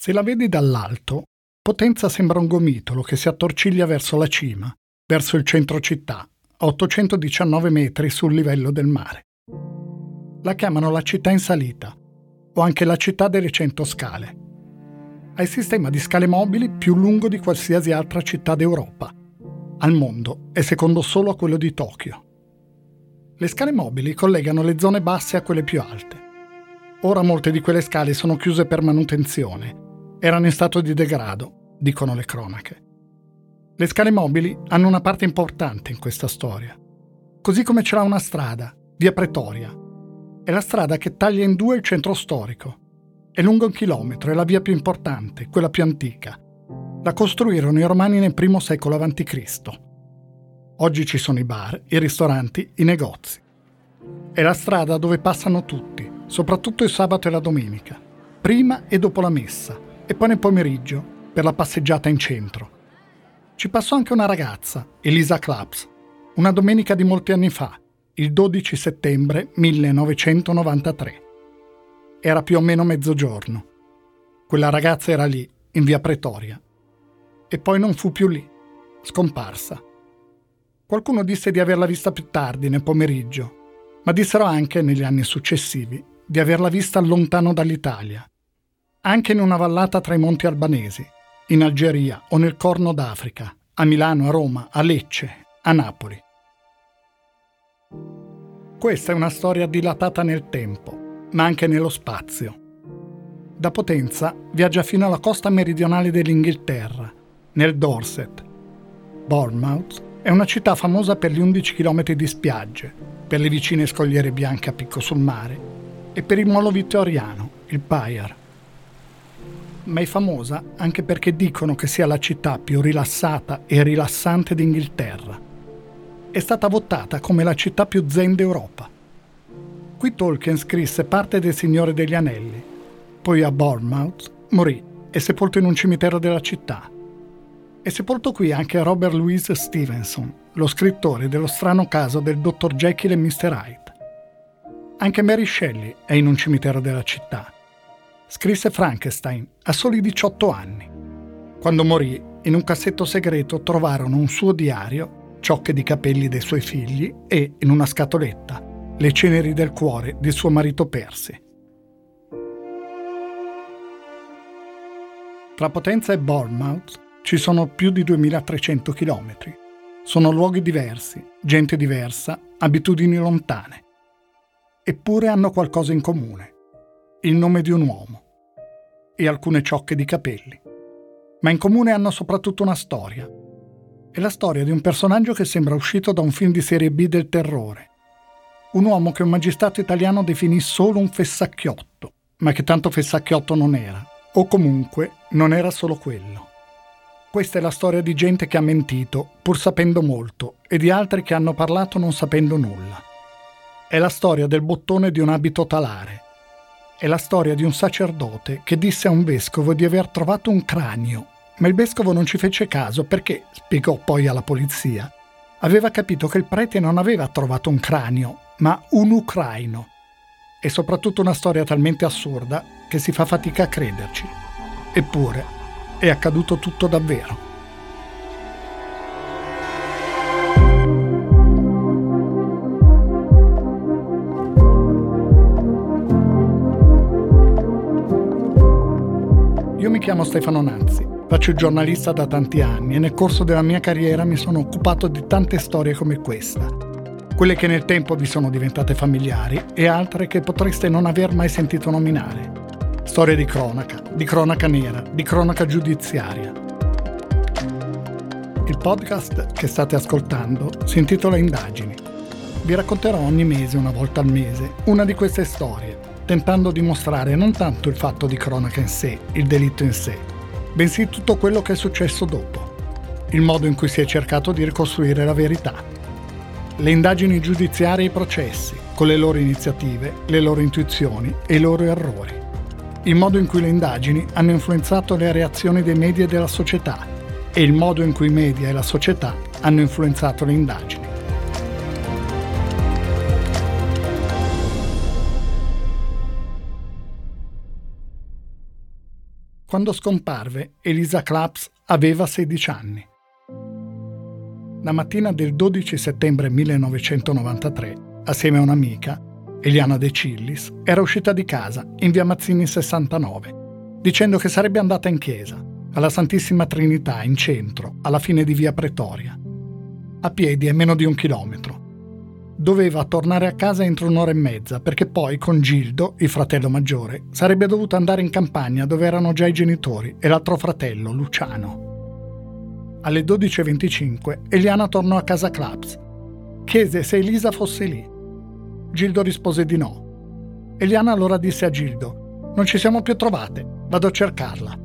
Se la vedi dall'alto, Potenza sembra un gomitolo che si attorciglia verso la cima, verso il centro città, a 819 metri sul livello del mare. La chiamano la città in salita, o anche la città delle 100 scale. Ha il sistema di scale mobili più lungo di qualsiasi altra città d'Europa. Al mondo è secondo solo a quello di Tokyo. Le scale mobili collegano le zone basse a quelle più alte. Ora molte di quelle scale sono chiuse per manutenzione. Erano in stato di degrado, dicono le cronache. Le scale mobili hanno una parte importante in questa storia. Così come ce l'ha una strada, via Pretoria. È la strada che taglia in due il centro storico. È lunga 1 chilometro, è la via più importante, quella più antica. La costruirono i Romani nel I secolo a.C. Oggi ci sono i bar, i ristoranti, i negozi. È la strada dove passano tutti, soprattutto il sabato e la domenica, prima e dopo la messa, e poi nel pomeriggio, per la passeggiata in centro. Ci passò anche una ragazza, Elisa Claps, una domenica di molti anni fa, il 12 settembre 1993. Era più o meno mezzogiorno. Quella ragazza era lì, in via Pretoria. E poi non fu più lì, scomparsa. Qualcuno disse di averla vista più tardi, nel pomeriggio, ma dissero anche, negli anni successivi, di averla vista lontano dall'Italia, anche in una vallata tra i monti albanesi, in Algeria o nel Corno d'Africa, a Milano, a Roma, a Lecce, a Napoli. Questa è una storia dilatata nel tempo, ma anche nello spazio. Da Potenza viaggia fino alla costa meridionale dell'Inghilterra, nel Dorset. Bournemouth è una città famosa per gli 11 chilometri di spiagge, per le vicine scogliere bianche a picco sul mare e per il molo vittoriano, il Pier. Ma è famosa anche perché dicono che sia la città più rilassata e rilassante d'Inghilterra. È stata votata come la città più zen d'Europa. Qui Tolkien scrisse parte del Signore degli Anelli. Poi a Bournemouth morì, è sepolto in un cimitero della città. È sepolto qui anche Robert Louis Stevenson, lo scrittore dello strano caso del dottor Jekyll e Mr. Hyde. Anche Mary Shelley è in un cimitero della città. Scrisse Frankenstein a soli 18 anni. Quando morì, in un cassetto segreto trovarono un suo diario, ciocche di capelli dei suoi figli e, in una scatoletta, le ceneri del cuore di suo marito Percy. Tra Potenza e Bournemouth ci sono più di 2300 chilometri. Sono luoghi diversi, gente diversa, abitudini lontane. Eppure hanno qualcosa in comune. Il nome di un uomo e alcune ciocche di capelli. Ma in comune hanno soprattutto una storia. È la storia di un personaggio che sembra uscito da un film di serie B del terrore. Un uomo che un magistrato italiano definì solo un fessacchiotto, ma che tanto fessacchiotto non era, o comunque non era solo quello. Questa è la storia di gente che ha mentito, pur sapendo molto, e di altri che hanno parlato non sapendo nulla. È la storia del bottone di un abito talare. È la storia di un sacerdote che disse a un vescovo di aver trovato un cranio, ma il vescovo non ci fece caso perché, spiegò poi alla polizia, aveva capito che il prete non aveva trovato un cranio, ma un ucraino. È soprattutto una storia talmente assurda che si fa fatica a crederci. Eppure, è accaduto tutto davvero. Io mi chiamo Stefano Nazzi, faccio il giornalista da tanti anni e nel corso della mia carriera mi sono occupato di tante storie come questa. Quelle che nel tempo vi sono diventate familiari e altre che potreste non aver mai sentito nominare. Storie di cronaca nera, di cronaca giudiziaria. Il podcast che state ascoltando si intitola Indagini. Vi racconterò ogni mese, una volta al mese, una di queste storie, tentando di mostrare non tanto il fatto di cronaca in sé, il delitto in sé, bensì tutto quello che è successo dopo, il modo in cui si è cercato di ricostruire la verità. Le indagini giudiziarie e i processi, con le loro iniziative, le loro intuizioni e i loro errori. Il modo in cui le indagini hanno influenzato le reazioni dei media e della società e il modo in cui i media e la società hanno influenzato le indagini. Quando scomparve, Elisa Claps aveva 16 anni. La mattina del 12 settembre 1993, assieme a un'amica, Eliana De Cillis, era uscita di casa in via Mazzini 69, dicendo che sarebbe andata in chiesa, alla Santissima Trinità, in centro, alla fine di via Pretoria. A piedi è meno di 1 chilometro. Doveva tornare a casa entro 1 ora e mezza, perché poi con Gildo, il fratello maggiore, sarebbe dovuto andare in campagna dove erano già i genitori e l'altro fratello, Luciano. Alle 12:25 Eliana tornò a casa Claps. Chiese se Elisa fosse lì. Gildo rispose di no. Eliana allora disse a Gildo: «Non ci siamo più trovate, vado a cercarla».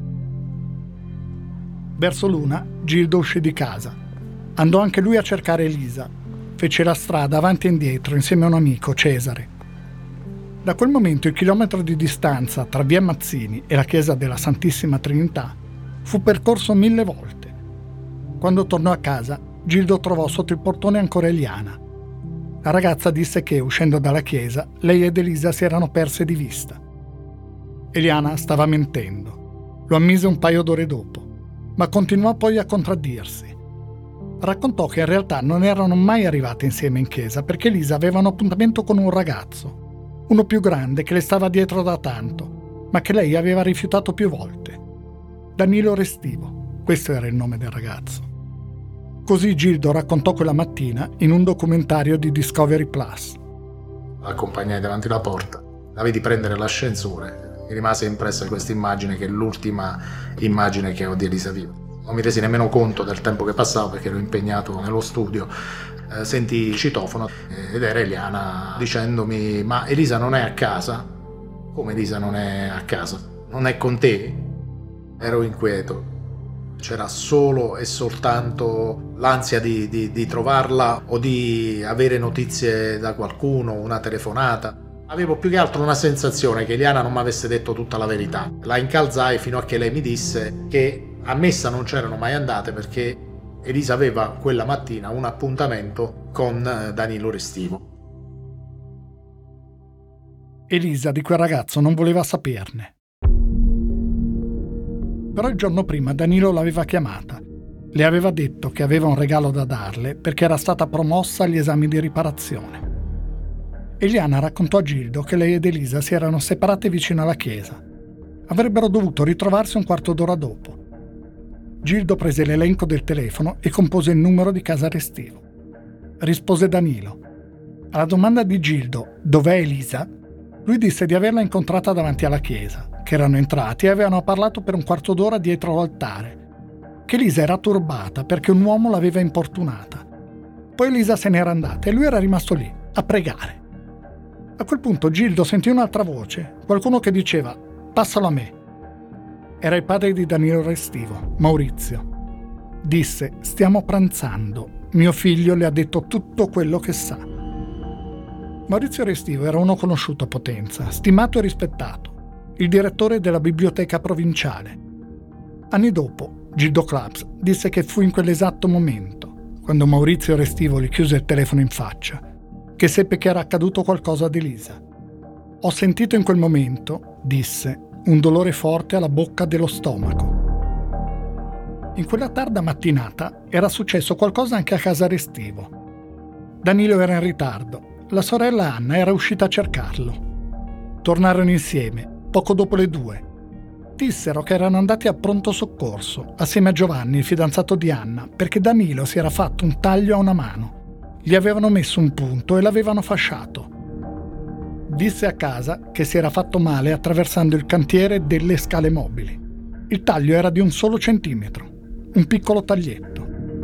Verso l'1 Gildo uscì di casa. Andò anche lui a cercare Elisa. Fece la strada avanti e indietro insieme a un amico, Cesare. Da quel momento il chilometro di distanza tra via Mazzini e la chiesa della Santissima Trinità fu percorso 1000 volte. Quando tornò a casa, Gildo trovò sotto il portone ancora Eliana. La ragazza disse che, uscendo dalla chiesa, lei ed Elisa si erano perse di vista. Eliana stava mentendo. Lo ammise un paio d'ore dopo, ma continuò poi a contraddirsi. Raccontò che in realtà non erano mai arrivate insieme in chiesa perché Elisa aveva un appuntamento con un ragazzo, uno più grande che le stava dietro da tanto, ma che lei aveva rifiutato più volte. Danilo Restivo, questo era il nome del ragazzo. Così Gildo raccontò quella mattina in un documentario di Discovery Plus. Accompagnai davanti alla porta, la vedi prendere l'ascensore. Mi rimase impressa questa immagine, che è l'ultima immagine che ho di Elisa viva. Non mi resi nemmeno conto del tempo che passava perché ero impegnato nello studio. Sentii il citofono ed era Eliana dicendomi: «Ma Elisa non è a casa?» «Come Elisa non è a casa? Non è con te?» Ero inquieto. C'era solo e soltanto l'ansia di trovarla o di avere notizie da qualcuno, una telefonata. Avevo più che altro una sensazione che Eliana non mi avesse detto tutta la verità. La incalzai fino a che lei mi disse che a messa non c'erano mai andate perché Elisa aveva quella mattina un appuntamento con Danilo Restivo. Elisa di quel ragazzo non voleva saperne. Però il giorno prima Danilo l'aveva chiamata. Le aveva detto che aveva un regalo da darle perché era stata promossa agli esami di riparazione. Eliana raccontò a Gildo che lei ed Elisa si erano separate vicino alla chiesa. Avrebbero dovuto ritrovarsi un quarto d'ora dopo. Gildo prese l'elenco del telefono e compose il numero di casa Restivo. Rispose Danilo. Alla domanda di Gildo «Dov'è Elisa?», lui disse di averla incontrata davanti alla chiesa, che erano entrati e avevano parlato per un quarto d'ora dietro l'altare, che Elisa era turbata perché un uomo l'aveva importunata. Poi Elisa se n'era andata e lui era rimasto lì, a pregare. A quel punto Gildo sentì un'altra voce, qualcuno che diceva «Passalo a me». Era il padre di Danilo Restivo, Maurizio. Disse «Stiamo pranzando, mio figlio le ha detto tutto quello che sa». Maurizio Restivo era uno conosciuto a Potenza, stimato e rispettato, il direttore della biblioteca provinciale. Anni dopo, Gildo Claps disse che fu in quell'esatto momento, quando Maurizio Restivo gli chiuse il telefono in faccia, che seppe che era accaduto qualcosa ad Elisa. «Ho sentito in quel momento», disse, «un dolore forte alla bocca dello stomaco». In quella tarda mattinata era successo qualcosa anche a casa Restivo. Danilo era in ritardo. La sorella Anna era uscita a cercarlo. Tornarono insieme, poco dopo le 2. Dissero che erano andati a pronto soccorso, assieme a Giovanni, il fidanzato di Anna, perché Danilo si era fatto un taglio a una mano. Gli avevano messo un punto e l'avevano fasciato. Disse a casa che si era fatto male attraversando il cantiere delle scale mobili. Il taglio era di un solo centimetro, un piccolo taglietto.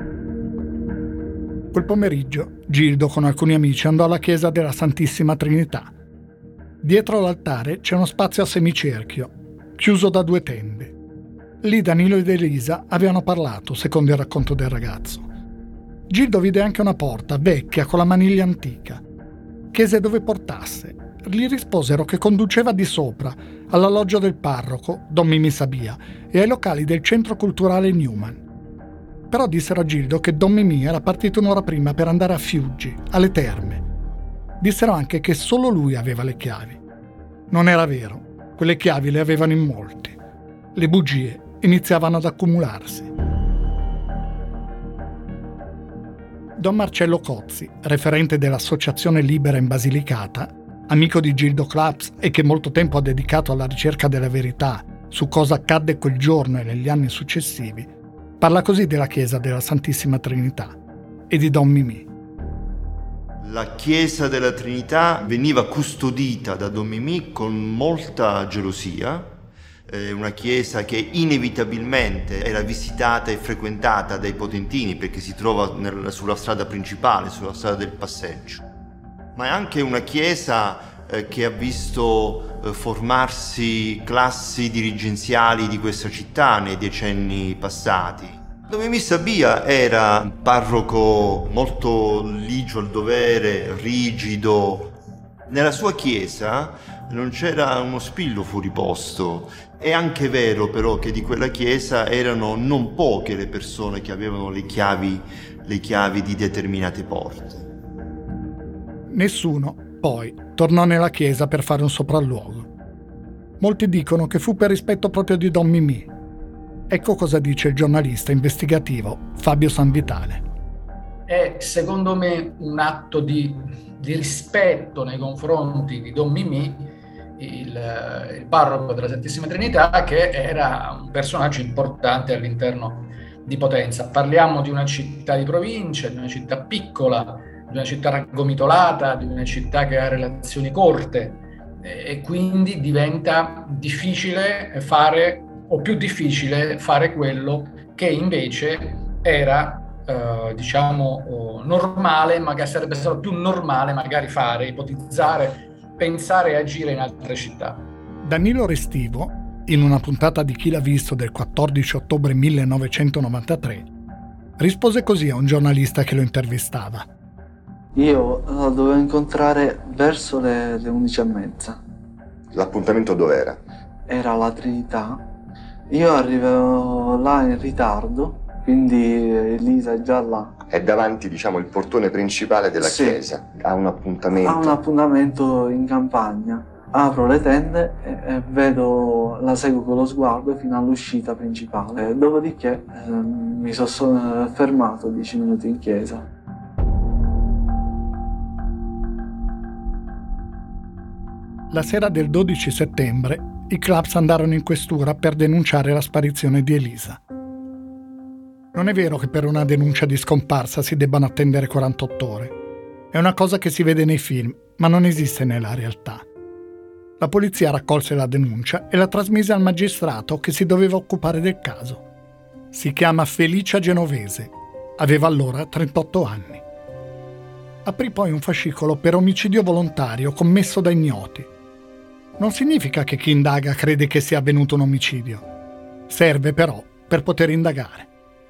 Quel pomeriggio Gildo con alcuni amici andò alla chiesa della Santissima Trinità. Dietro l'altare c'è uno spazio a semicerchio, chiuso da 2 tende. Lì Danilo ed Elisa avevano parlato, secondo il racconto del ragazzo. Gildo vide anche una porta vecchia con la maniglia antica. Chiese dove portasse. Gli risposero che conduceva di sopra, all'alloggio del parroco, Don Mimì Sabia, e ai locali del centro culturale Newman. Però dissero a Gildo che Don Mimì era partito 1 ora prima per andare a Fiuggi, alle terme. Dissero anche che solo lui aveva le chiavi. Non era vero, quelle chiavi le avevano in molti. Le bugie iniziavano ad accumularsi. Don Marcello Cozzi, referente dell'Associazione Libera in Basilicata, amico di Gildo Claps e che molto tempo ha dedicato alla ricerca della verità su cosa accadde quel giorno e negli anni successivi, parla così della chiesa della Santissima Trinità e di Don Mimì. La chiesa della Trinità veniva custodita da Don Mimì con molta gelosia. Una chiesa che inevitabilmente era visitata e frequentata dai potentini perché si trova sulla strada principale, sulla strada del passeggio. Ma è anche una chiesa che ha visto formarsi classi dirigenziali di questa città nei decenni passati. Don Mimì Sabia era un parroco molto ligio al dovere, rigido. Nella sua chiesa non c'era uno spillo fuori posto. È anche vero però che di quella chiesa erano non poche le persone che avevano le chiavi di determinate porte. Nessuno, poi, tornò nella chiesa per fare un sopralluogo. Molti dicono che fu per rispetto proprio di Don Mimì. Ecco cosa dice il giornalista investigativo Fabio Sanvitale. È secondo me un atto di rispetto nei confronti di Don Mimì, il parroco della Santissima Trinità, che era un personaggio importante all'interno di Potenza. Parliamo di una città di provincia, di una città piccola, di una città raggomitolata, di una città che ha relazioni corte e quindi diventa difficile fare, o più difficile fare quello che invece era normale, ma che sarebbe stato più normale magari fare, ipotizzare, pensare e agire in altre città. Danilo Restivo, in una puntata di Chi l'ha visto del 14 ottobre 1993, rispose così a un giornalista che lo intervistava. Io lo dovevo incontrare verso le 11:30. L'appuntamento dov'era? Era alla Trinità. Io arrivo là in ritardo, quindi Elisa è già là. È davanti, il portone principale della chiesa. Ha un appuntamento. Ha un appuntamento in campagna. Apro le tende e la seguo con lo sguardo fino all'uscita principale. Dopodiché mi sono fermato 10 minuti in chiesa. La sera del 12 settembre i Claps andarono in questura per denunciare la sparizione di Elisa. Non è vero che per una denuncia di scomparsa si debbano attendere 48 ore. È una cosa che si vede nei film, ma non esiste nella realtà. La polizia raccolse la denuncia e la trasmise al magistrato che si doveva occupare del caso. Si chiama Felicia Genovese. Aveva allora 38 anni. Aprì poi un fascicolo per omicidio volontario commesso da ignoti. Non significa che chi indaga crede che sia avvenuto un omicidio. Serve però per poter indagare.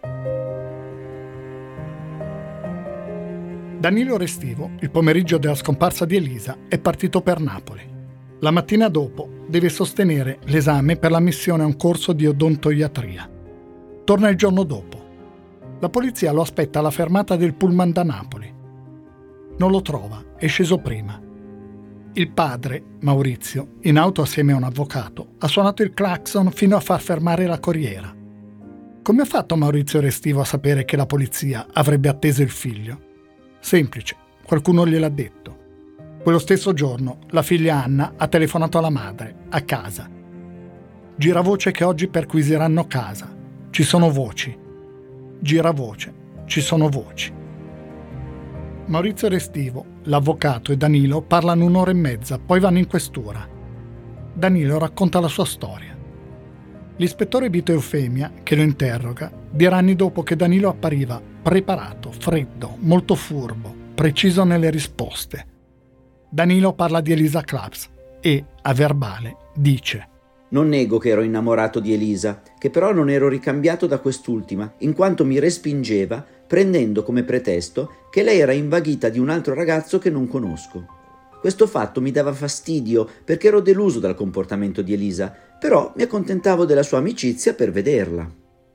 Danilo Restivo, il pomeriggio della scomparsa di Elisa, è partito per Napoli. La mattina dopo deve sostenere l'esame per l'ammissione a un corso di odontoiatria. Torna il giorno dopo. La polizia lo aspetta alla fermata del pullman da Napoli. Non lo trova, è sceso prima. Il padre, Maurizio, in auto assieme a un avvocato, ha suonato il clacson fino a far fermare la corriera. Come ha fatto Maurizio Restivo a sapere che la polizia avrebbe atteso il figlio? Semplice, qualcuno gliel'ha detto. Quello stesso giorno la figlia Anna ha telefonato alla madre, a casa. Giravoce che oggi perquisiranno casa. Ci sono voci. Giravoce, ci sono voci. Maurizio Restivo, l'avvocato e Danilo parlano un'ora e mezza, poi vanno in questura. Danilo racconta la sua storia. L'ispettore Vito Eufemia, che lo interroga, dirà anni dopo che Danilo appariva preparato, freddo, molto furbo, preciso nelle risposte. Danilo parla di Elisa Claps e, a verbale, dice: Non nego che ero innamorato di Elisa, che però non ero ricambiato da quest'ultima, in quanto mi respingeva, prendendo come pretesto che lei era invaghita di un altro ragazzo che non conosco. Questo fatto mi dava fastidio perché ero deluso dal comportamento di Elisa, però mi accontentavo della sua amicizia per vederla.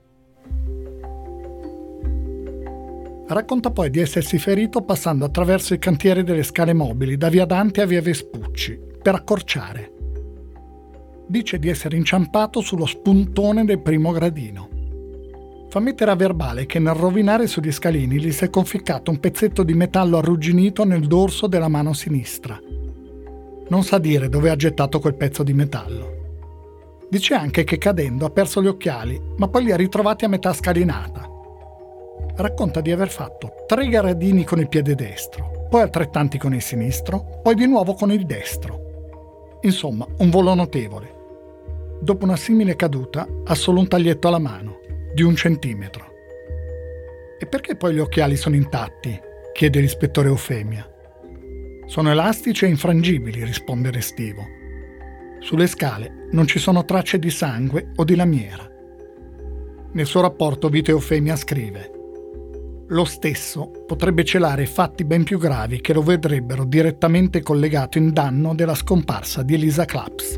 Racconta poi di essersi ferito passando attraverso il cantiere delle scale mobili da via Dante a via Vespucci per accorciare. dice di essere inciampato sullo spuntone del primo gradino. Fa mettere a verbale che nel rovinare sugli scalini gli si è conficcato un pezzetto di metallo arrugginito nel dorso della mano sinistra. Non sa dire dove ha gettato quel pezzo di metallo. Dice anche che cadendo ha perso gli occhiali, ma poi li ha ritrovati a metà scalinata. Racconta di aver fatto 3 gradini con il piede destro, poi altrettanti con il sinistro, poi di nuovo con il destro. Insomma, un volo notevole. Dopo una simile caduta ha solo un taglietto alla mano, di 1 centimetro. E perché poi gli occhiali sono intatti? Chiede l'ispettore Eufemia. Sono elastici e infrangibili, risponde Restivo. Sulle scale non ci sono tracce di sangue o di lamiera. Nel suo rapporto Vito Eufemia scrive: lo stesso potrebbe celare fatti ben più gravi che lo vedrebbero direttamente collegato in danno della scomparsa di Elisa Claps.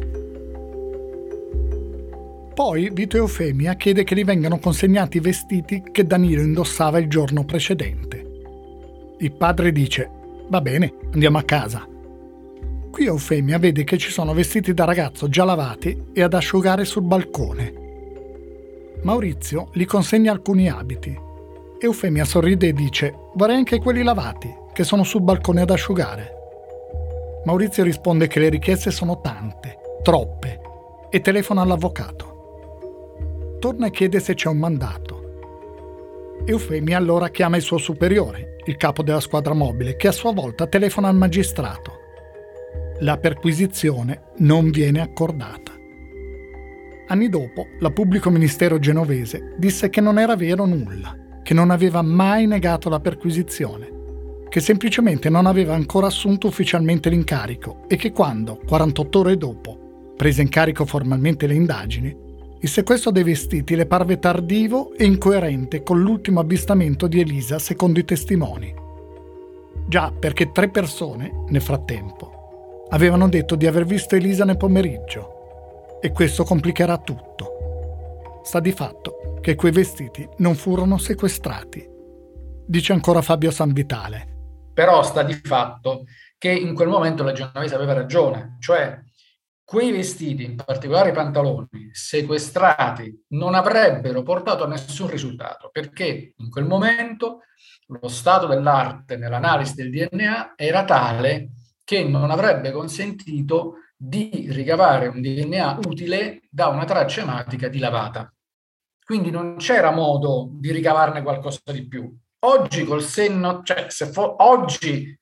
Poi Vito Eufemia chiede che gli vengano consegnati i vestiti che Danilo indossava il giorno precedente. Il padre dice: va bene, andiamo a casa. Qui Eufemia vede che ci sono vestiti da ragazzo già lavati e ad asciugare sul balcone. Maurizio gli consegna alcuni abiti. Eufemia sorride e dice: vorrei anche quelli lavati, che sono sul balcone ad asciugare. Maurizio risponde che le richieste sono tante, troppe, e telefona all'avvocato. Torna e chiede se c'è un mandato. Eufemia allora chiama il suo superiore, il capo della squadra mobile, che a sua volta telefona al magistrato. La perquisizione non viene accordata. Anni dopo, la pubblico ministero genovese disse che non era vero nulla, che non aveva mai negato la perquisizione, che semplicemente non aveva ancora assunto ufficialmente l'incarico e che quando, 48 ore dopo, prese in carico formalmente le indagini, il sequestro dei vestiti le parve tardivo e incoerente con l'ultimo avvistamento di Elisa secondo i testimoni. Già perché 3 persone, nel frattempo, avevano detto di aver visto Elisa nel pomeriggio e questo complicherà tutto. Sta di fatto che quei vestiti non furono sequestrati. Dice ancora Fabio Sanvitale. Però sta di fatto che in quel momento la genovese aveva ragione, cioè quei vestiti, in particolare i pantaloni, sequestrati non avrebbero portato a nessun risultato, perché in quel momento lo stato dell'arte nell'analisi del DNA era tale che non avrebbe consentito di ricavare un DNA utile da una traccia ematica di lavata. Quindi non c'era modo di ricavarne qualcosa di più. Oggi col senno, cioè se oggi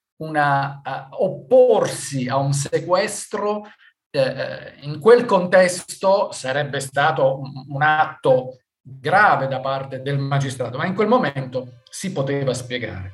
opporsi a un sequestro in quel contesto sarebbe stato un atto grave da parte del magistrato, ma in quel momento si poteva spiegare.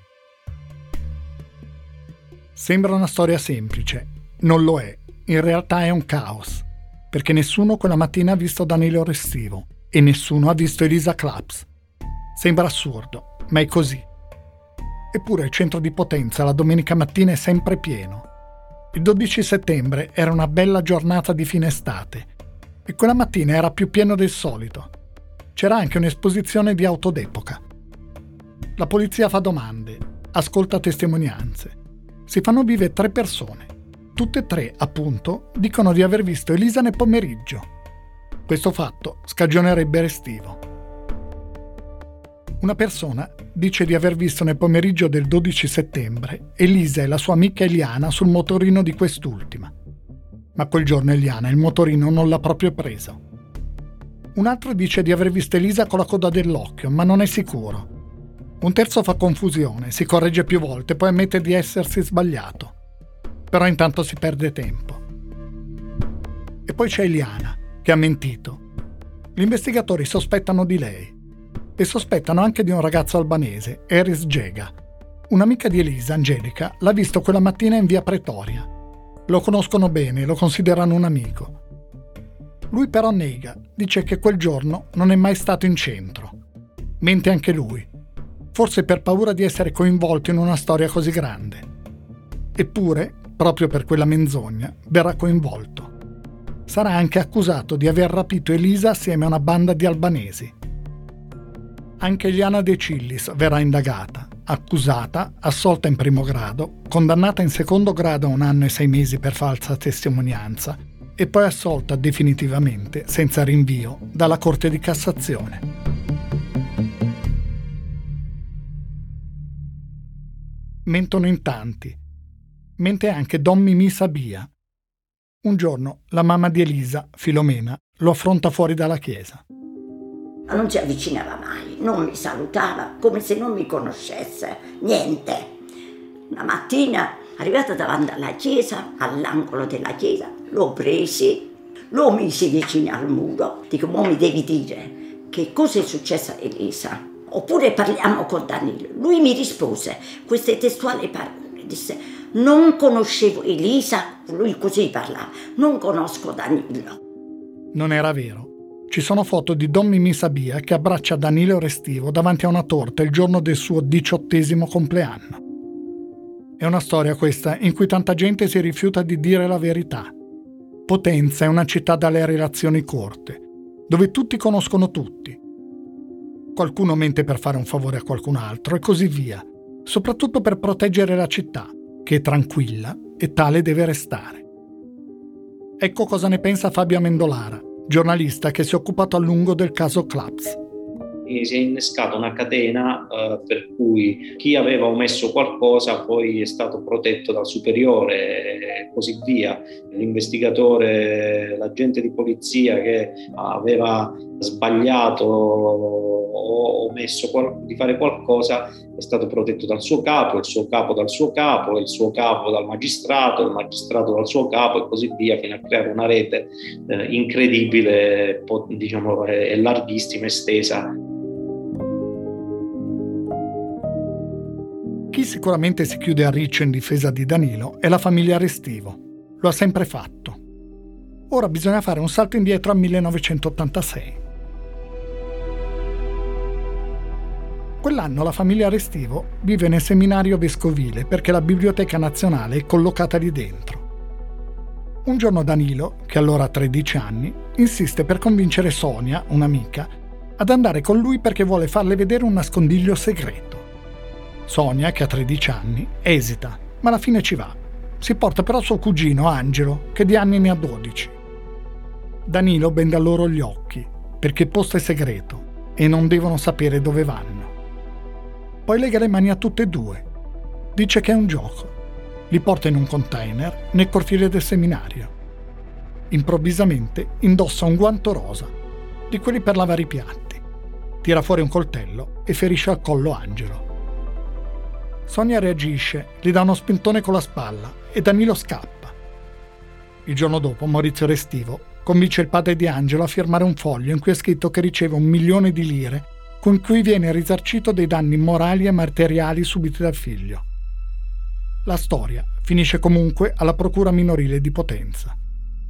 Sembra una storia semplice, non lo è. In realtà è un caos, perché nessuno quella mattina ha visto Danilo Restivo e nessuno ha visto Elisa Claps. Sembra assurdo, ma è così. Eppure il centro di Potenza la domenica mattina è sempre pieno. Il 12 settembre era una bella giornata di fine estate e quella mattina era più pieno del solito. C'era anche un'esposizione di auto d'epoca. La polizia fa domande, ascolta testimonianze. Si fanno vive 3 persone. Tutte e 3, appunto, dicono di aver visto Elisa nel pomeriggio. Questo fatto scagionerebbe Restivo. Una persona dice di aver visto nel pomeriggio del 12 settembre Elisa e la sua amica Eliana sul motorino di quest'ultima. Ma quel giorno Eliana il motorino non l'ha proprio preso. Un altro dice di aver visto Elisa con la coda dell'occhio, ma non è sicuro. Un terzo fa confusione, si corregge più volte, poi ammette di essersi sbagliato. Però intanto si perde tempo. E poi c'è Eliana, che ha mentito. Gli investigatori sospettano di lei. E sospettano anche di un ragazzo albanese, Eris Gega. Un'amica di Elisa, Angelica, l'ha visto quella mattina in via Pretoria. Lo conoscono bene, lo considerano un amico. Lui però nega, dice che quel giorno non è mai stato in centro. Mente anche lui, forse per paura di essere coinvolto in una storia così grande. Eppure, proprio per quella menzogna, verrà coinvolto. Sarà anche accusato di aver rapito Elisa assieme a una banda di albanesi. Anche Eliana De Cillis verrà indagata, accusata, assolta in primo grado, condannata in secondo grado a 1 anno e 6 mesi per falsa testimonianza, e poi assolta definitivamente, senza rinvio, dalla Corte di Cassazione. Mentono in tanti. Mente anche Don Mimì Sabia. Un giorno la mamma di Elisa, Filomena, lo affronta fuori dalla chiesa. Ma non si avvicinava mai, non mi salutava, come se non mi conoscesse, niente. Una mattina, arrivata davanti alla chiesa, all'angolo della chiesa, l'ho presi, lo misi vicino al muro. Dico, mo mi devi dire che cosa è successo a Elisa, oppure parliamo con Danilo. Lui mi rispose queste testuali parole, disse, non conoscevo Elisa, lui così parlava, non conosco Danilo. Non era vero. Ci sono foto di Don Mimì Sabia che abbraccia Danilo Restivo davanti a una torta il giorno del suo 18° compleanno. È una storia questa in cui tanta gente si rifiuta di dire la verità. Potenza è una città dalle relazioni corte, dove tutti conoscono tutti. Qualcuno mente per fare un favore a qualcun altro e così via, soprattutto per proteggere la città, che è tranquilla e tale deve restare. Ecco cosa ne pensa Fabio Amendolara, giornalista che si è occupato a lungo del caso Claps. Si è innescata una catena per cui chi aveva omesso qualcosa poi è stato protetto dal superiore e così via. L'investigatore, l'agente di polizia che aveva sbagliato o omesso di fare qualcosa è stato protetto dal suo capo, il suo capo dal suo capo, il suo capo dal magistrato, il magistrato dal suo capo e così via, fino a creare una rete incredibile, diciamo, e larghissima, estesa. Chi sicuramente si chiude a riccio in difesa di Danilo è la famiglia Restivo. Lo ha sempre fatto. Ora bisogna fare un salto indietro al 1986. Quell'anno la famiglia Restivo vive nel seminario vescovile perché la Biblioteca Nazionale è collocata lì dentro. Un giorno Danilo, che allora ha 13 anni, insiste per convincere Sonia, un'amica, ad andare con lui perché vuole farle vedere un nascondiglio segreto. Sonia, che ha 13 anni, esita, ma alla fine ci va. Si porta però suo cugino, Angelo, che di anni ne ha 12. Danilo benda loro gli occhi, perché il posto è segreto e non devono sapere dove vanno. Poi lega le mani a tutte e due. Dice che è un gioco. Li porta in un container nel cortile del seminario. Improvvisamente indossa un guanto rosa, di quelli per lavare i piatti. Tira fuori un coltello e ferisce al collo Angelo. Sonia reagisce, gli dà uno spintone con la spalla e Danilo scappa. Il giorno dopo Maurizio Restivo convince il padre di Angelo a firmare un foglio in cui è scritto che riceve 1 milione di lire con cui viene risarcito dei danni morali e materiali subiti dal figlio. La storia finisce comunque alla procura minorile di Potenza.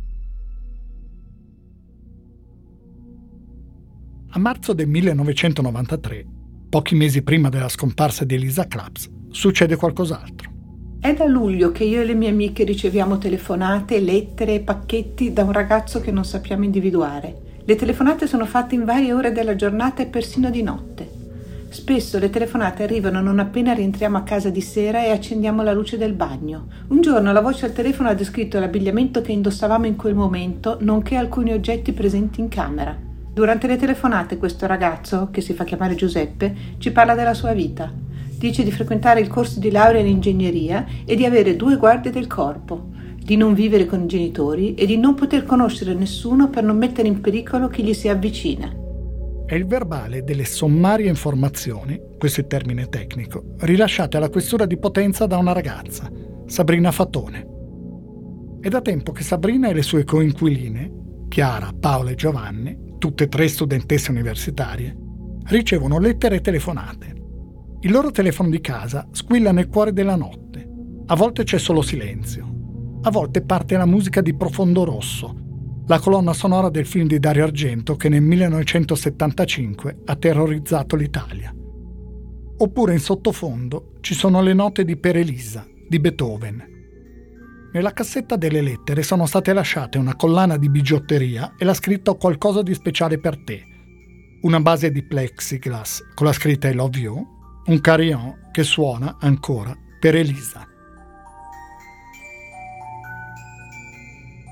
A marzo del 1993, pochi mesi prima della scomparsa di Elisa Claps, succede qualcos'altro. È da luglio che io e le mie amiche riceviamo telefonate, lettere e pacchetti da un ragazzo che non sappiamo individuare. Le telefonate sono fatte in varie ore della giornata e persino di notte. Spesso le telefonate arrivano non appena rientriamo a casa di sera e accendiamo la luce del bagno. Un giorno la voce al telefono ha descritto l'abbigliamento che indossavamo in quel momento, nonché alcuni oggetti presenti in camera. Durante le telefonate questo ragazzo, che si fa chiamare Giuseppe, ci parla della sua vita. Dice di frequentare il corso di laurea in ingegneria e di avere 2 guardie del corpo, di non vivere con i genitori e di non poter conoscere nessuno per non mettere in pericolo chi gli si avvicina. È il verbale delle sommarie informazioni, questo è il termine tecnico, rilasciate alla questura di Potenza da una ragazza, Sabrina Fatone. È da tempo che Sabrina e le sue coinquiline, Chiara, Paola e Giovanni, tutte e 3 studentesse universitarie, ricevono lettere e telefonate. Il loro telefono di casa squilla nel cuore della notte. A volte c'è solo silenzio. A volte parte la musica di Profondo Rosso, la colonna sonora del film di Dario Argento che nel 1975 ha terrorizzato l'Italia. Oppure in sottofondo ci sono le note di Per Elisa, di Beethoven. Nella cassetta delle lettere sono state lasciate una collana di bigiotteria e la scritta "Qualcosa di speciale per te", una base di plexiglass con la scritta "I love you", un carillon che suona ancora Per Elisa.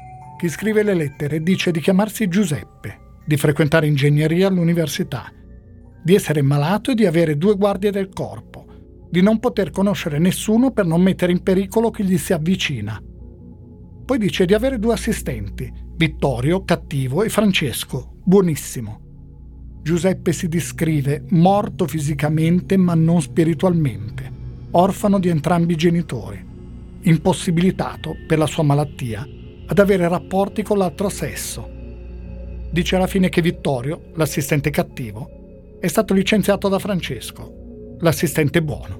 Chi scrive le lettere dice di chiamarsi Giuseppe, di frequentare ingegneria all'università, di essere malato e di avere 2 guardie del corpo, di non poter conoscere nessuno per non mettere in pericolo chi gli si avvicina. Poi dice di avere 2 assistenti, Vittorio, cattivo, e Francesco, buonissimo. Giuseppe si descrive morto fisicamente ma non spiritualmente, orfano di entrambi i genitori, impossibilitato, per la sua malattia, ad avere rapporti con l'altro sesso. Dice alla fine che Vittorio, l'assistente cattivo, è stato licenziato da Francesco, l'assistente buono.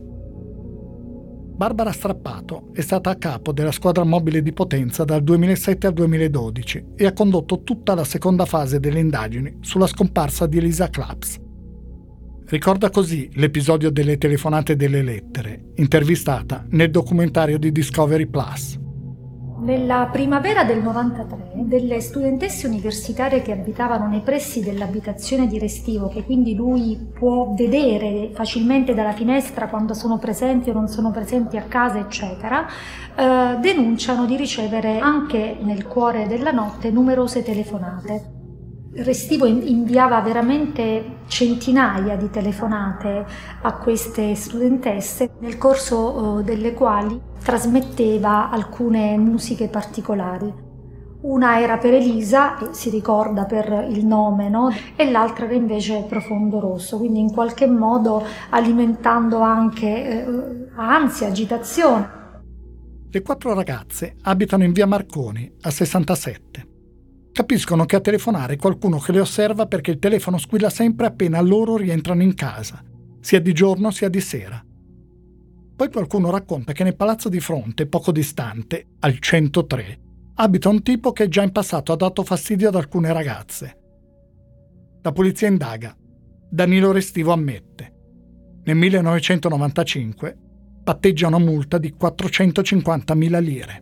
Barbara Strappato è stata a capo della squadra mobile di Potenza dal 2007 al 2012 e ha condotto tutta la seconda fase delle indagini sulla scomparsa di Elisa Claps. Ricorda così l'episodio delle telefonate e delle lettere, intervistata nel documentario di Discovery Plus. Nella primavera del 93, delle studentesse universitarie che abitavano nei pressi dell'abitazione di Restivo, che quindi lui può vedere facilmente dalla finestra quando sono presenti o non sono presenti a casa, eccetera, denunciano di ricevere anche nel cuore della notte numerose telefonate. Restivo inviava veramente centinaia di telefonate a queste studentesse, nel corso delle quali trasmetteva alcune musiche particolari. Una era per Elisa, si ricorda per il nome, no? E l'altra era invece Profondo Rosso, quindi in qualche modo alimentando anche ansia, agitazione. Le 4 ragazze abitano in via Marconi, a 67. Capiscono che a telefonare è qualcuno che le osserva perché il telefono squilla sempre appena loro rientrano in casa, sia di giorno sia di sera. Poi qualcuno racconta che nel palazzo di fronte, poco distante, al 103, abita un tipo che già in passato ha dato fastidio ad alcune ragazze. La polizia indaga. Danilo Restivo ammette. Nel 1995 patteggia una multa di 450.000 lire.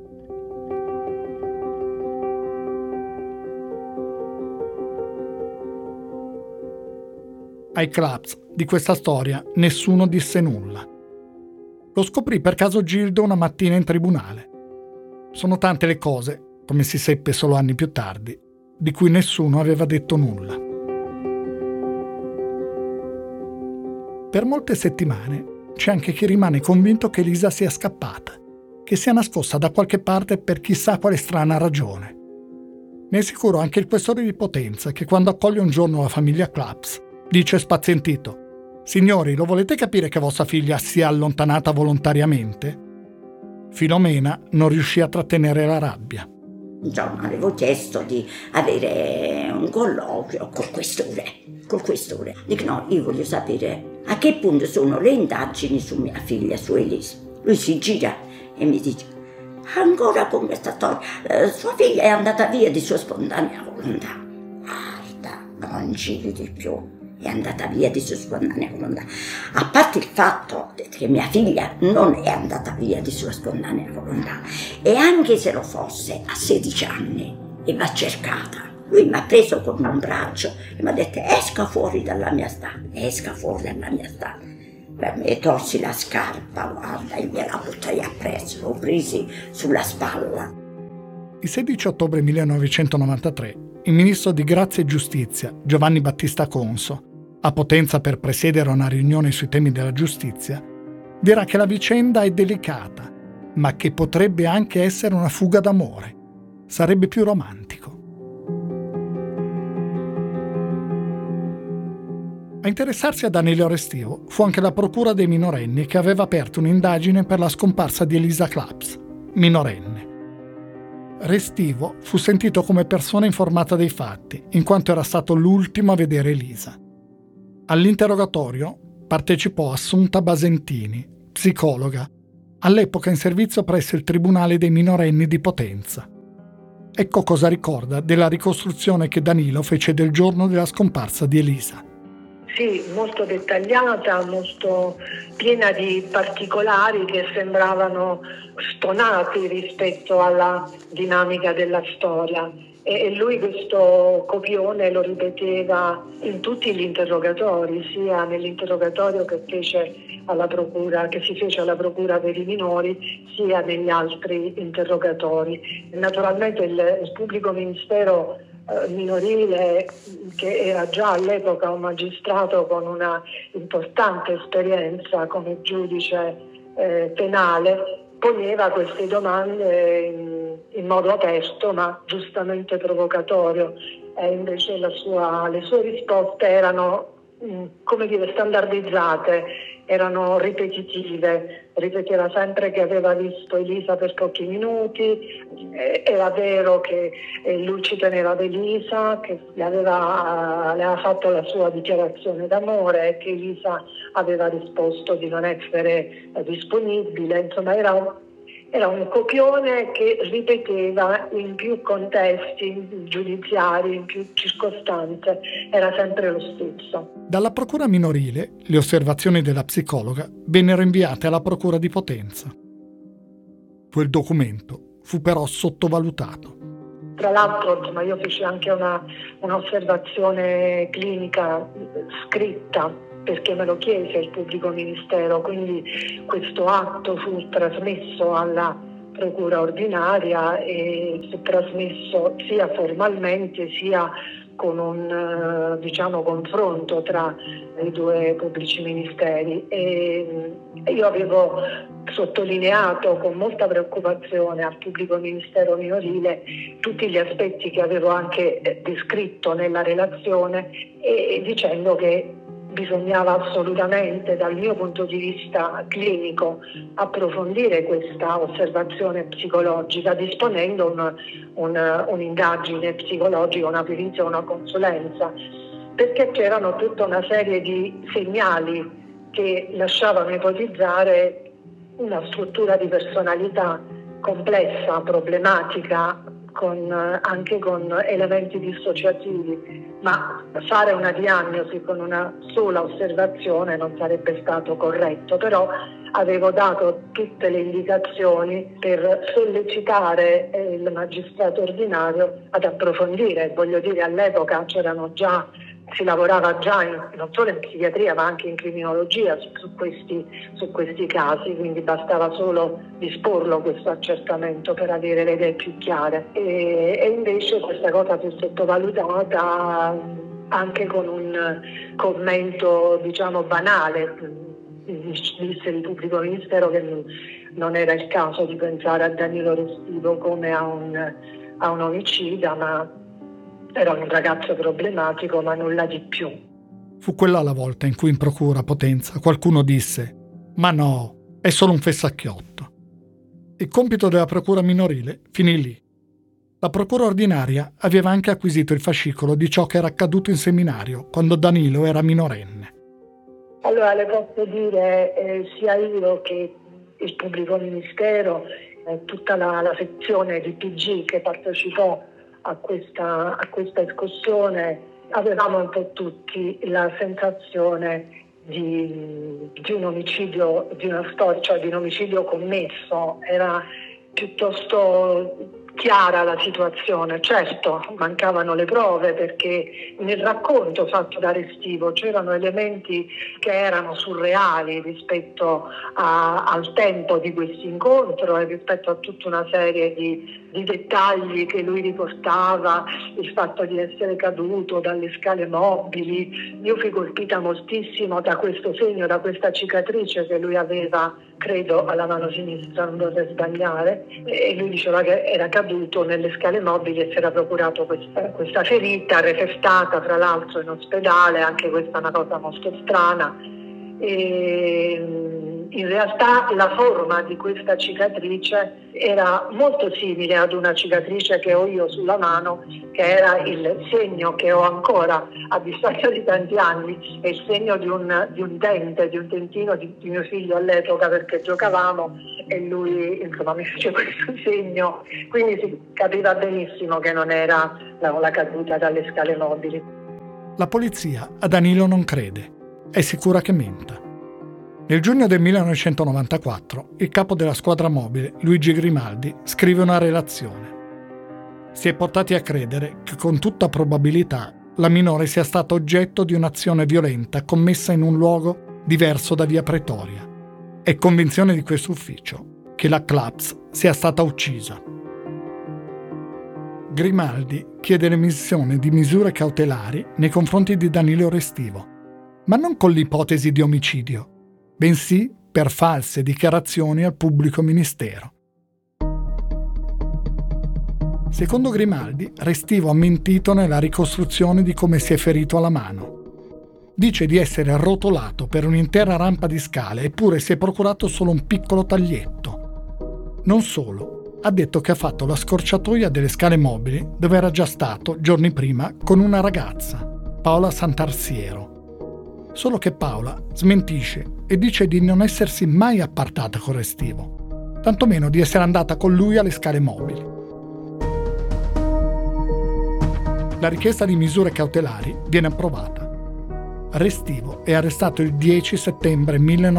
Ai Claps di questa storia nessuno disse nulla. Lo scoprì per caso Gildo una mattina in tribunale. Sono tante le cose, come si seppe solo anni più tardi, di cui nessuno aveva detto nulla. Per molte settimane c'è anche chi rimane convinto che Elisa sia scappata, che sia nascosta da qualche parte per chissà quale strana ragione. Ne è sicuro anche il questore di Potenza, che quando accoglie un giorno la famiglia Claps dice spazientito: «Signori, lo volete capire che vostra figlia si è allontanata volontariamente?» Filomena non riuscì a trattenere la rabbia. Insomma, avevo chiesto di avere un colloquio col questore. Dico no, io voglio sapere a che punto sono le indagini su mia figlia, su Elisa. Lui si gira e mi dice: ancora con questa storia, sua figlia è andata via di sua spontanea volontà. Guarda, non giri di più. È andata via di sua spontanea volontà. A parte il fatto che mia figlia non è andata via di sua spontanea volontà, e anche se lo fosse a 16 anni e va cercata, lui mi ha preso con un braccio e mi ha detto: esca fuori dalla mia stanza. Per me torsi la scarpa, guarda, e gliela buttai appresso, l'ho presi sulla spalla. Il 16 ottobre 1993 il ministro di Grazia e Giustizia, Giovanni Battista Conso, a Potenza per presiedere una riunione sui temi della giustizia, dirà che la vicenda è delicata, ma che potrebbe anche essere una fuga d'amore. Sarebbe più romantico. A interessarsi a Danilo Restivo fu anche la procura dei minorenni, che aveva aperto un'indagine per la scomparsa di Elisa Claps, minorenne. Restivo fu sentito come persona informata dei fatti, in quanto era stato l'ultimo a vedere Elisa. All'interrogatorio partecipò Assunta Basentini, psicologa, all'epoca in servizio presso il Tribunale dei minorenni di Potenza. Ecco cosa ricorda della ricostruzione che Danilo fece del giorno della scomparsa di Elisa. Sì, molto dettagliata, molto piena di particolari che sembravano stonati rispetto alla dinamica della storia. e lui questo copione lo ripeteva in tutti gli interrogatori, sia nell'interrogatorio che fece alla procura, che si fece alla procura per i minori, sia negli altri interrogatori. Naturalmente il pubblico ministero minorile, che era già all'epoca un magistrato con una importante esperienza come giudice penale, poneva queste domande in modo aperto ma giustamente provocatorio, e invece le sue risposte erano standardizzate, erano ripetitive. Ripeteva sempre che aveva visto Elisa per pochi minuti, era vero che lui ci teneva ad Elisa, che le aveva fatto la sua dichiarazione d'amore e che Elisa aveva risposto di non essere disponibile. Insomma, era un copione che ripeteva in più contesti giudiziari, in più circostanze, era sempre lo stesso. Dalla procura minorile, le osservazioni della psicologa vennero inviate alla procura di Potenza. Quel documento fu però sottovalutato. Tra l'altro, io feci anche un'osservazione clinica scritta, perché me lo chiese il pubblico ministero, quindi questo atto fu trasmesso alla procura ordinaria e fu trasmesso sia formalmente sia con un confronto tra i due pubblici ministeri, e io avevo sottolineato con molta preoccupazione al pubblico ministero minorile tutti gli aspetti che avevo anche descritto nella relazione, e dicendo che bisognava assolutamente, dal mio punto di vista clinico, approfondire questa osservazione psicologica, disponendo un'indagine psicologica, una perizia, una consulenza, perché c'erano tutta una serie di segnali che lasciavano ipotizzare una struttura di personalità complessa, problematica, anche con elementi dissociativi, ma fare una diagnosi con una sola osservazione non sarebbe stato corretto. Però avevo dato tutte le indicazioni per sollecitare il magistrato ordinario ad approfondire. Voglio dire, all'epoca si lavorava già non solo in psichiatria ma anche in criminologia su questi casi, quindi bastava solo disporlo questo accertamento per avere le idee più chiare, e invece questa cosa fu sottovalutata anche con un commento banale. Disse il pubblico ministero che non era il caso di pensare a Danilo Restivo come a un omicida, ma era un ragazzo problematico, ma nulla di più. Fu quella la volta in cui in procura a Potenza qualcuno disse: «Ma no, è solo un fessacchiotto». Il compito della procura minorile finì lì. La procura ordinaria aveva anche acquisito il fascicolo di ciò che era accaduto in seminario quando Danilo era minorenne. Allora le posso dire, sia io che il pubblico ministero, tutta la sezione di PG che partecipò a questa escussione, avevamo un po' tutti la sensazione di un omicidio, di una storia, cioè di un omicidio commesso. Era piuttosto chiara la situazione. Certo, mancavano le prove, perché nel racconto fatto da Restivo c'erano elementi che erano surreali rispetto al tempo di questo incontro e rispetto a tutta una serie di dettagli che lui riportava, il fatto di essere caduto dalle scale mobili. Io fui colpita moltissimo da questo segno, da questa cicatrice che lui aveva, credo, alla mano sinistra, non vorrei sbagliare, e lui diceva che era caduto nelle scale mobili e si era procurato questa ferita, refertata tra l'altro in ospedale. Anche questa è una cosa molto strana. E in realtà la forma di questa cicatrice era molto simile ad una cicatrice che ho io sulla mano, che era il segno che ho ancora a distanza di tanti anni, è il segno di un dente, di un dentino di mio figlio all'epoca, perché giocavamo e lui mi fece questo segno, quindi si capiva benissimo che non era la caduta dalle scale mobili. La polizia a Danilo non crede, è sicura che menta. Nel giugno del 1994 il capo della squadra mobile, Luigi Grimaldi, scrive una relazione. Si è portati a credere che con tutta probabilità la minore sia stata oggetto di un'azione violenta commessa in un luogo diverso da via Pretoria. È convinzione di questo ufficio che la Claps sia stata uccisa. Grimaldi chiede l'emissione di misure cautelari nei confronti di Danilo Restivo, ma non con l'ipotesi di omicidio, bensì per false dichiarazioni al pubblico ministero. Secondo Grimaldi, Restivo ha mentito nella ricostruzione di come si è ferito alla mano. Dice di essere arrotolato per un'intera rampa di scale, eppure si è procurato solo un piccolo taglietto. Non solo, ha detto che ha fatto la scorciatoia delle scale mobili dove era già stato giorni prima con una ragazza, Paola Santarsiero. Solo che Paola smentisce e dice di non essersi mai appartata con Restivo, tantomeno di essere andata con lui alle scale mobili. La richiesta di misure cautelari viene approvata. Restivo è arrestato il 10 settembre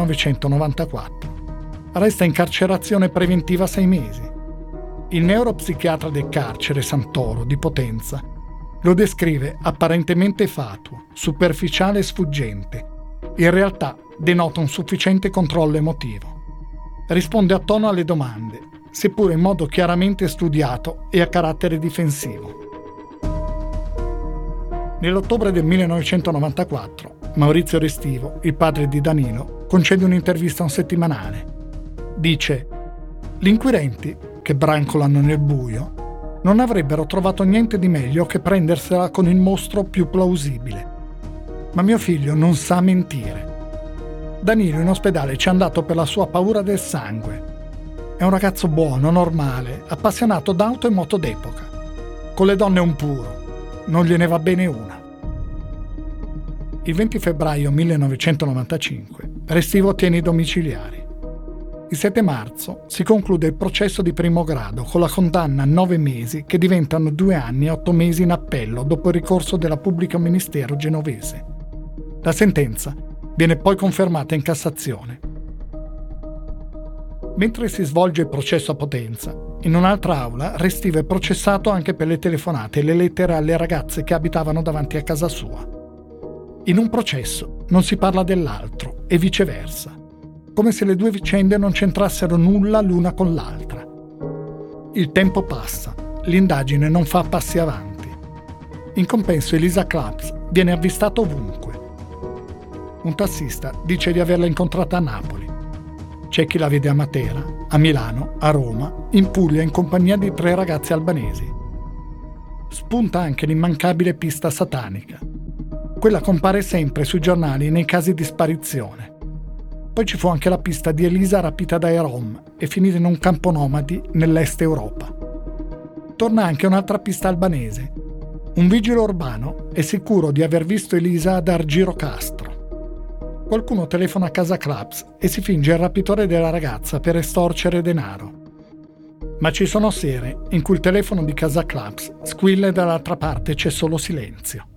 1994. Resta in carcerazione preventiva 6 mesi. Il neuropsichiatra del carcere Santoro di Potenza lo descrive apparentemente fatuo, superficiale e sfuggente. In realtà denota un sufficiente controllo emotivo. Risponde a tono alle domande, seppure in modo chiaramente studiato e a carattere difensivo. Nell'ottobre del 1994, Maurizio Restivo, il padre di Danilo, concede un'intervista a un settimanale. Dice: «Gli inquirenti, che brancolano nel buio, non avrebbero trovato niente di meglio che prendersela con il mostro più plausibile. Ma mio figlio non sa mentire. Danilo in ospedale ci è andato per la sua paura del sangue. È un ragazzo buono, normale, appassionato d'auto e moto d'epoca. Con le donne un puro. Non gliene va bene una». Il 20 febbraio 1995 Restivo ottiene i domiciliari. Il 7 marzo si conclude il processo di primo grado con la condanna a 9 mesi che diventano 2 anni e 8 mesi in appello dopo il ricorso della pubblica ministero genovese. La sentenza viene poi confermata in Cassazione. Mentre si svolge il processo a Potenza, in un'altra aula Restivo è processato anche per le telefonate e le lettere alle ragazze che abitavano davanti a casa sua. In un processo non si parla dell'altro e viceversa, come se le due vicende non c'entrassero nulla l'una con l'altra. Il tempo passa, l'indagine non fa passi avanti. In compenso Elisa Claps viene avvistata ovunque. Un tassista dice di averla incontrata a Napoli. C'è chi la vede a Matera, a Milano, a Roma, in Puglia in compagnia di 3 ragazze albanesi. Spunta anche l'immancabile pista satanica. Quella compare sempre sui giornali nei casi di sparizione. Poi ci fu anche la pista di Elisa rapita dai Rom e finita in un campo nomadi nell'est Europa. Torna anche un'altra pista albanese. Un vigile urbano è sicuro di aver visto Elisa ad Argirocastro. Qualcuno telefona a casa Claps e si finge il rapitore della ragazza per estorcere denaro. Ma ci sono sere in cui il telefono di casa Claps squilla e dall'altra parte c'è solo silenzio.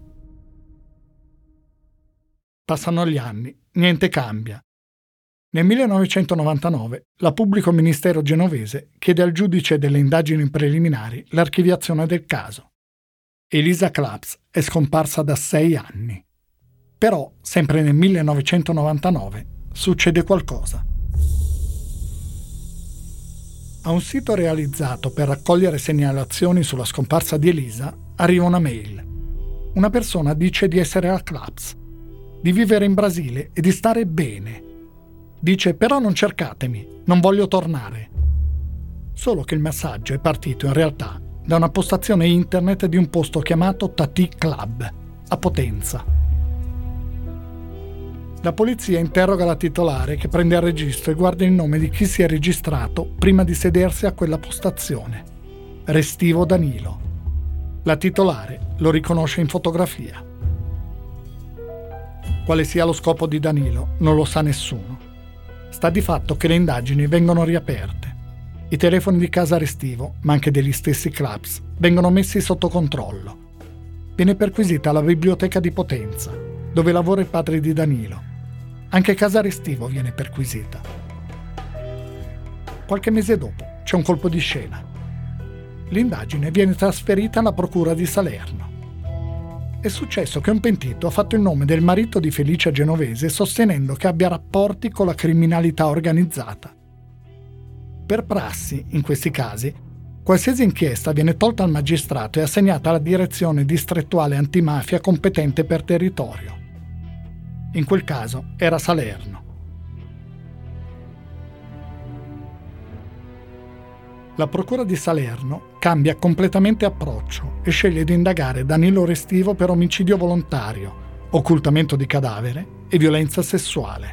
Passano gli anni, niente cambia. Nel 1999 la pubblico ministero genovese chiede al giudice delle indagini preliminari l'archiviazione del caso. Elisa Claps è scomparsa da 6 anni. Però, sempre nel 1999, succede qualcosa. A un sito realizzato per raccogliere segnalazioni sulla scomparsa di Elisa arriva una mail. Una persona dice di essere la Claps, di vivere in Brasile e di stare bene. Dice: però non cercatemi, non voglio tornare. Solo che il messaggio è partito in realtà da una postazione internet di un posto chiamato Tati Club, a Potenza. La polizia interroga la titolare che prende il registro e guarda il nome di chi si è registrato prima di sedersi a quella postazione. Restivo Danilo. La titolare lo riconosce in fotografia. Quale sia lo scopo di Danilo non lo sa nessuno. Sta di fatto che le indagini vengono riaperte. I telefoni di casa Restivo, ma anche degli stessi Claps, vengono messi sotto controllo. Viene perquisita la biblioteca di Potenza, dove lavora il padre di Danilo. Anche casa Restivo viene perquisita. Qualche mese dopo c'è un colpo di scena. L'indagine viene trasferita alla procura di Salerno. È successo che un pentito ha fatto il nome del marito di Felicia Genovese sostenendo che abbia rapporti con la criminalità organizzata. Per prassi, in questi casi, qualsiasi inchiesta viene tolta al magistrato e assegnata alla direzione distrettuale antimafia competente per territorio. In quel caso era Salerno. La procura di Salerno cambia completamente approccio e sceglie di indagare Danilo Restivo per omicidio volontario, occultamento di cadavere e violenza sessuale.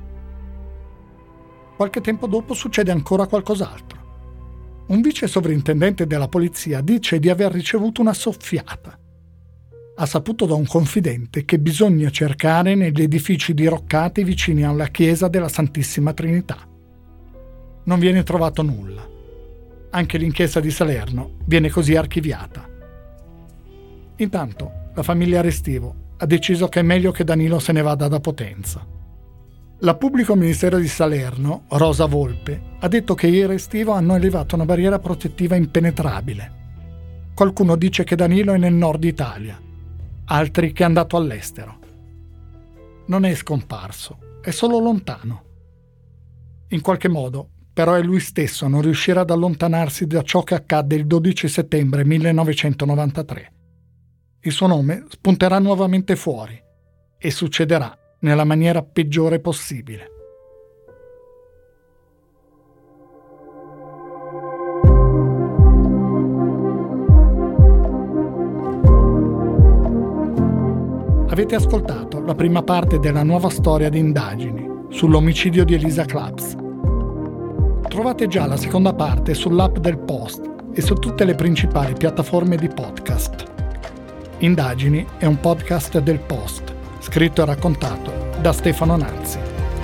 Qualche tempo dopo succede ancora qualcos'altro. Un vice sovrintendente della polizia dice di aver ricevuto una soffiata. Ha saputo da un confidente che bisogna cercare negli edifici diroccati vicini alla chiesa della Santissima Trinità. Non viene trovato nulla. Anche l'inchiesta di Salerno viene così archiviata. Intanto la famiglia Restivo ha deciso che è meglio che Danilo se ne vada da Potenza. La pubblico ministero di Salerno, Rosa Volpe, ha detto che i Restivo hanno elevato una barriera protettiva impenetrabile. Qualcuno dice che Danilo è nel nord Italia, altri che è andato all'estero. Non è scomparso, è solo lontano. In qualche modo, però è lui stesso a non riuscire ad allontanarsi da ciò che accadde il 12 settembre 1993. Il suo nome spunterà nuovamente fuori e succederà nella maniera peggiore possibile. Avete ascoltato la prima parte della nuova storia di indagini sull'omicidio di Elisa Claps. Trovate già la seconda parte sull'app del Post e su tutte le principali piattaforme di podcast. Indagini è un podcast del Post, scritto e raccontato da Stefano Nanzi.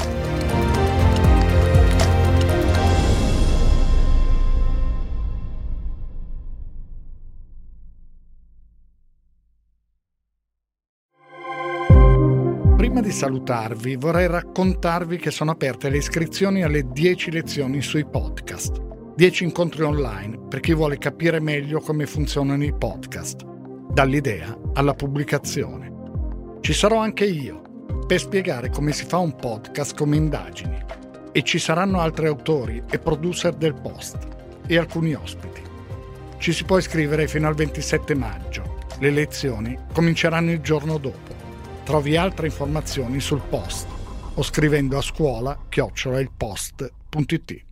Prima di salutarvi vorrei raccontarvi che sono aperte le iscrizioni alle 10 lezioni sui podcast, 10 incontri online per chi vuole capire meglio come funzionano i podcast, dall'idea alla pubblicazione. Ci sarò anche io per spiegare come si fa un podcast come Indagini e ci saranno altri autori e producer del Post e alcuni ospiti. Ci si può iscrivere fino al 27 maggio. Le lezioni cominceranno il giorno dopo. Trovi altre informazioni sul Post o scrivendo a scuola@ilpost.it.